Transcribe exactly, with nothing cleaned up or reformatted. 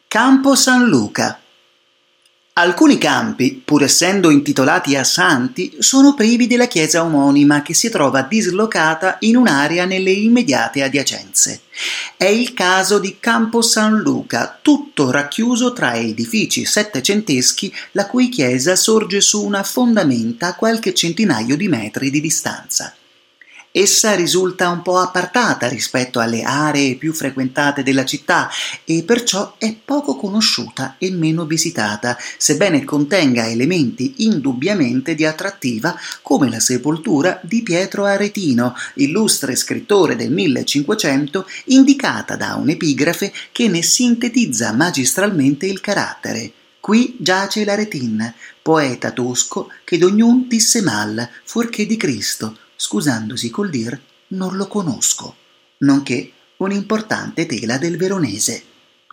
Campo San Luca. Alcuni campi, pur essendo intitolati a santi, sono privi della chiesa omonima che si trova dislocata in un'area nelle immediate adiacenze. È il caso di Campo San Luca, tutto racchiuso tra edifici settecenteschi la cui chiesa sorge su una fondamenta a qualche centinaio di metri di distanza. Essa risulta un po' appartata rispetto alle aree più frequentate della città e perciò è poco conosciuta e meno visitata, sebbene contenga elementi indubbiamente di attrattiva come la sepoltura di Pietro Aretino, illustre scrittore del millecinquecento, indicata da un'epigrafe che ne sintetizza magistralmente il carattere. Qui giace l'Aretin, poeta tosco che d'ognun disse mal, fuorché di Cristo, scusandosi col dir non lo conosco, nonché un'importante tela del Veronese.